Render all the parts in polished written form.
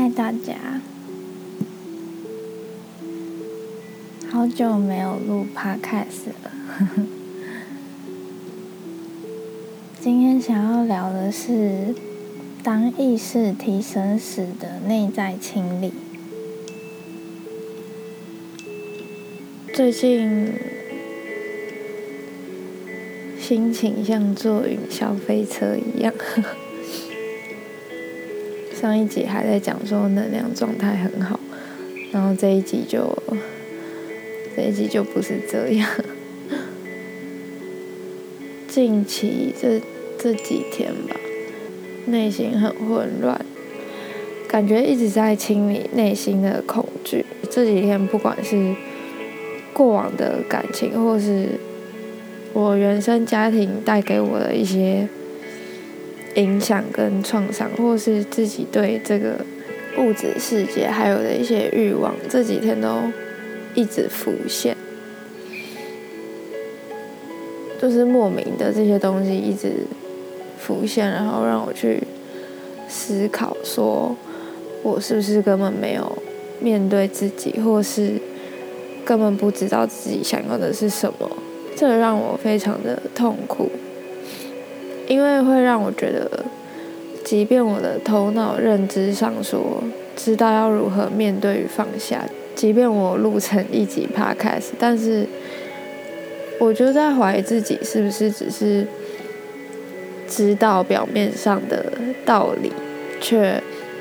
嗨，大家，好久没有录 podcast 了。今天想要聊的是当意识提升时的内在清理。最近心情像坐云霄飞车一样。上一集还在讲说能量状态很好，然后这一集就不是这样。近期这几天吧，内心很混乱，感觉一直在清理内心的恐惧。这几天不管是过往的感情，或是我原生家庭带给我的一些影响跟创伤，或是自己对这个物质世界还有的一些欲望，这几天都一直浮现，就是莫名的这些东西一直浮现，然后让我去思考说我是不是根本没有面对自己，或是根本不知道自己想要的是什么。这让我非常的痛苦，因为会让我觉得，即便我的头脑认知上说知道要如何面对与放下，即便我录成一集 podcast， 但是我就在怀疑自己是不是只是知道表面上的道理，却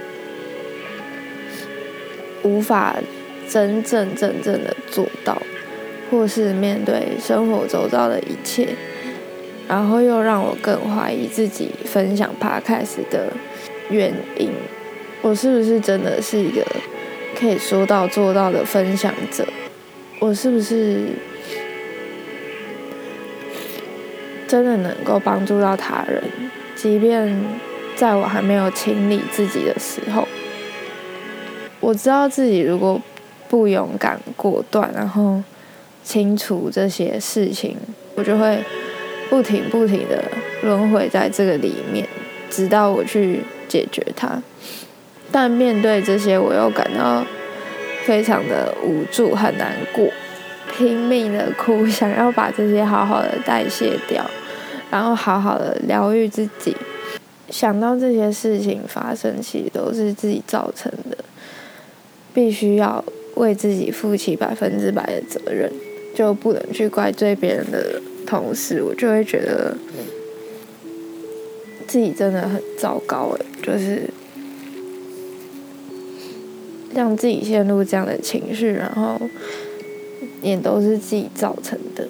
无法真正的做到，或是面对生活周遭的一切，然后又让我更怀疑自己分享 podcast 的原因。我是不是真的是一个可以说到做到的分享者？我是不是真的能够帮助到他人？即便在我还没有清理自己的时候，我知道自己如果不勇敢果断，然后清除这些事情，我就会不停的轮回在这个里面，直到我去解决它。但面对这些，我又感到非常的无助，很难过，拼命的哭，想要把这些好好的代谢掉，然后好好的疗愈自己。想到这些事情发生，其实都是自己造成的，必须要为自己负起100%的责任，就不能去怪罪别人的同时，我就会觉得自己真的很糟糕，就是让自己陷入这样的情绪，然后也都是自己造成的，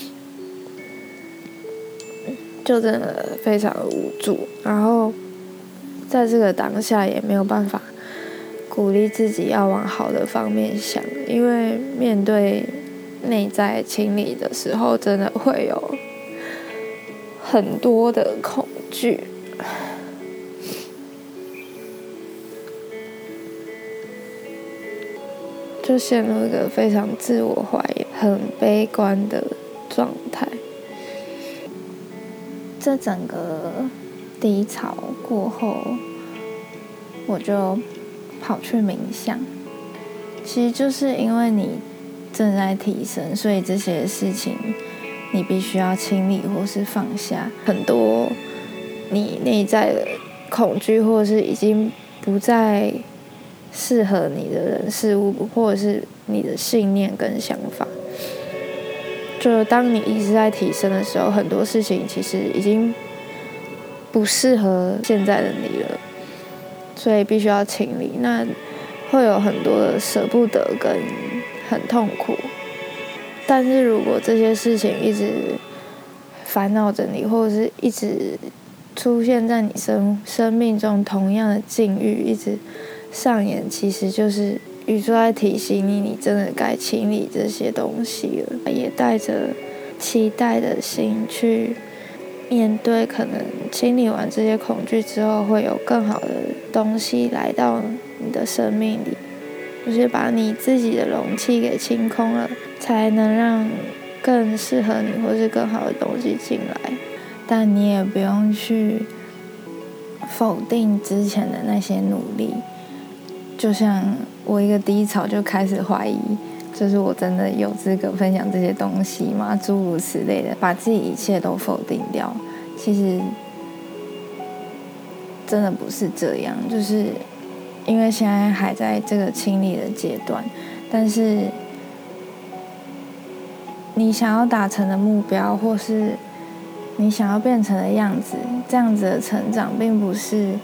就真的非常的无助。然后在这个当下也没有办法鼓励自己要往好的方面想，因为面对内在清理的时候，真的会有很多的恐惧，就陷入一个非常自我怀疑、很悲观的状态。这整个低潮过后，我就跑去冥想。其实就是因为你正在提升，所以这些事情你必须要清理或是放下很多你内在的恐惧，或是已经不再适合你的人事物，或者是你的信念跟想法。就当你意识在提升的时候，很多事情其实已经不适合现在的你了，所以必须要清理。那会有很多的舍不得跟很痛苦，但是如果这些事情一直烦恼着你，或者是一直出现在你生命中同样的境遇一直上演，其实就是宇宙在提醒你，你真的该清理这些东西了，也带着期待的心去面对，可能清理完这些恐惧之后，会有更好的东西来到你的生命里，就是把你自己的容器给清空了，才能让更适合你或是更好的东西进来。但你也不用去否定之前的那些努力， 就像我一个低潮就开始怀疑，就是我真的有资格分享这些东西吗？诸如此类的，把自己一切都否定掉。其实真的不是这样，就是因为现在还在这个清理的阶段，但是你想要达成的目标，或是你想要变成的样子，这样子的成长并不是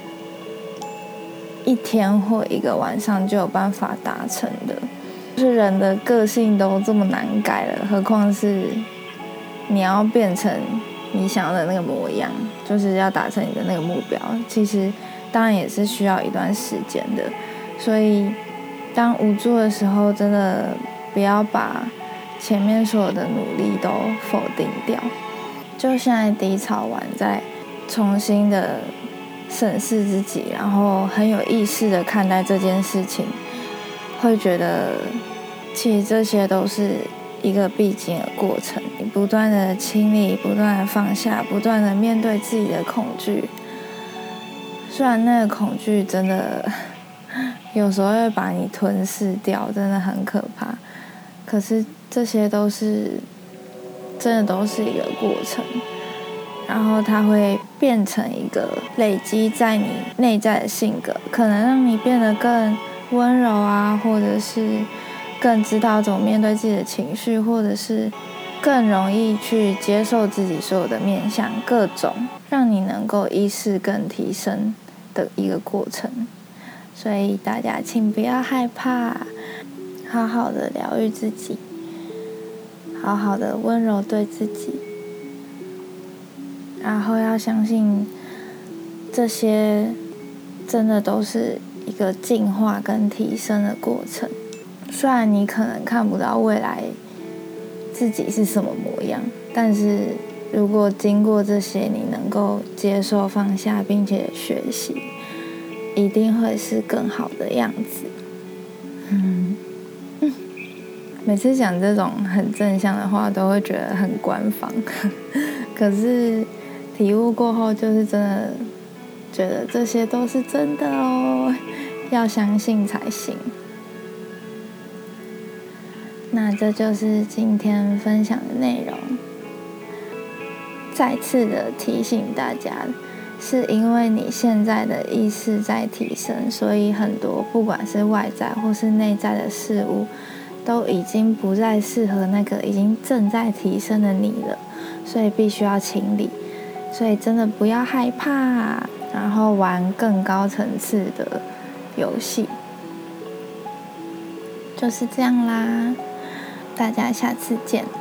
一天或一个晚上就有办法达成的。就是人的个性都这么难改了，何况是你要变成你想要的那个模样，就是要达成你的那个目标，其实当然也是需要一段时间的。所以当无助的时候，真的不要把前面所有的努力都否定掉。就现在低潮完，再重新的审视自己，然后很有意识的看待这件事情，会觉得其实这些都是一个必经的过程，你不断的清理，不断的放下，不断的面对自己的恐惧。虽然那个恐惧真的有时候会把你吞噬掉，真的很可怕，可是这些都是真的都是一个过程，然后它会变成一个累积在你内在的性格，可能让你变得更温柔啊，或者是更知道怎么面对自己的情绪，或者是更容易去接受自己所有的面向，各种让你能够意识更提升的一个过程。所以大家请不要害怕，好好的疗愈自己，好好的温柔对自己，然后要相信这些真的都是一个进化跟提升的过程。虽然你可能看不到未来自己是什么模样，但是如果经过这些，你能够接受放下并且学习，一定会是更好的样子。每次讲这种很正向的话，都会觉得很官方，可是体悟过后，就是真的觉得这些都是真的哦，要相信才行。那这就是今天分享的内容。再次的提醒大家，是因为你现在的意识在提升，所以很多不管是外在或是内在的事物，都已经不再适合那个已经正在提升的你了，所以必须要清理。所以真的不要害怕，然后玩更高层次的游戏。就是这样啦，大家下次见。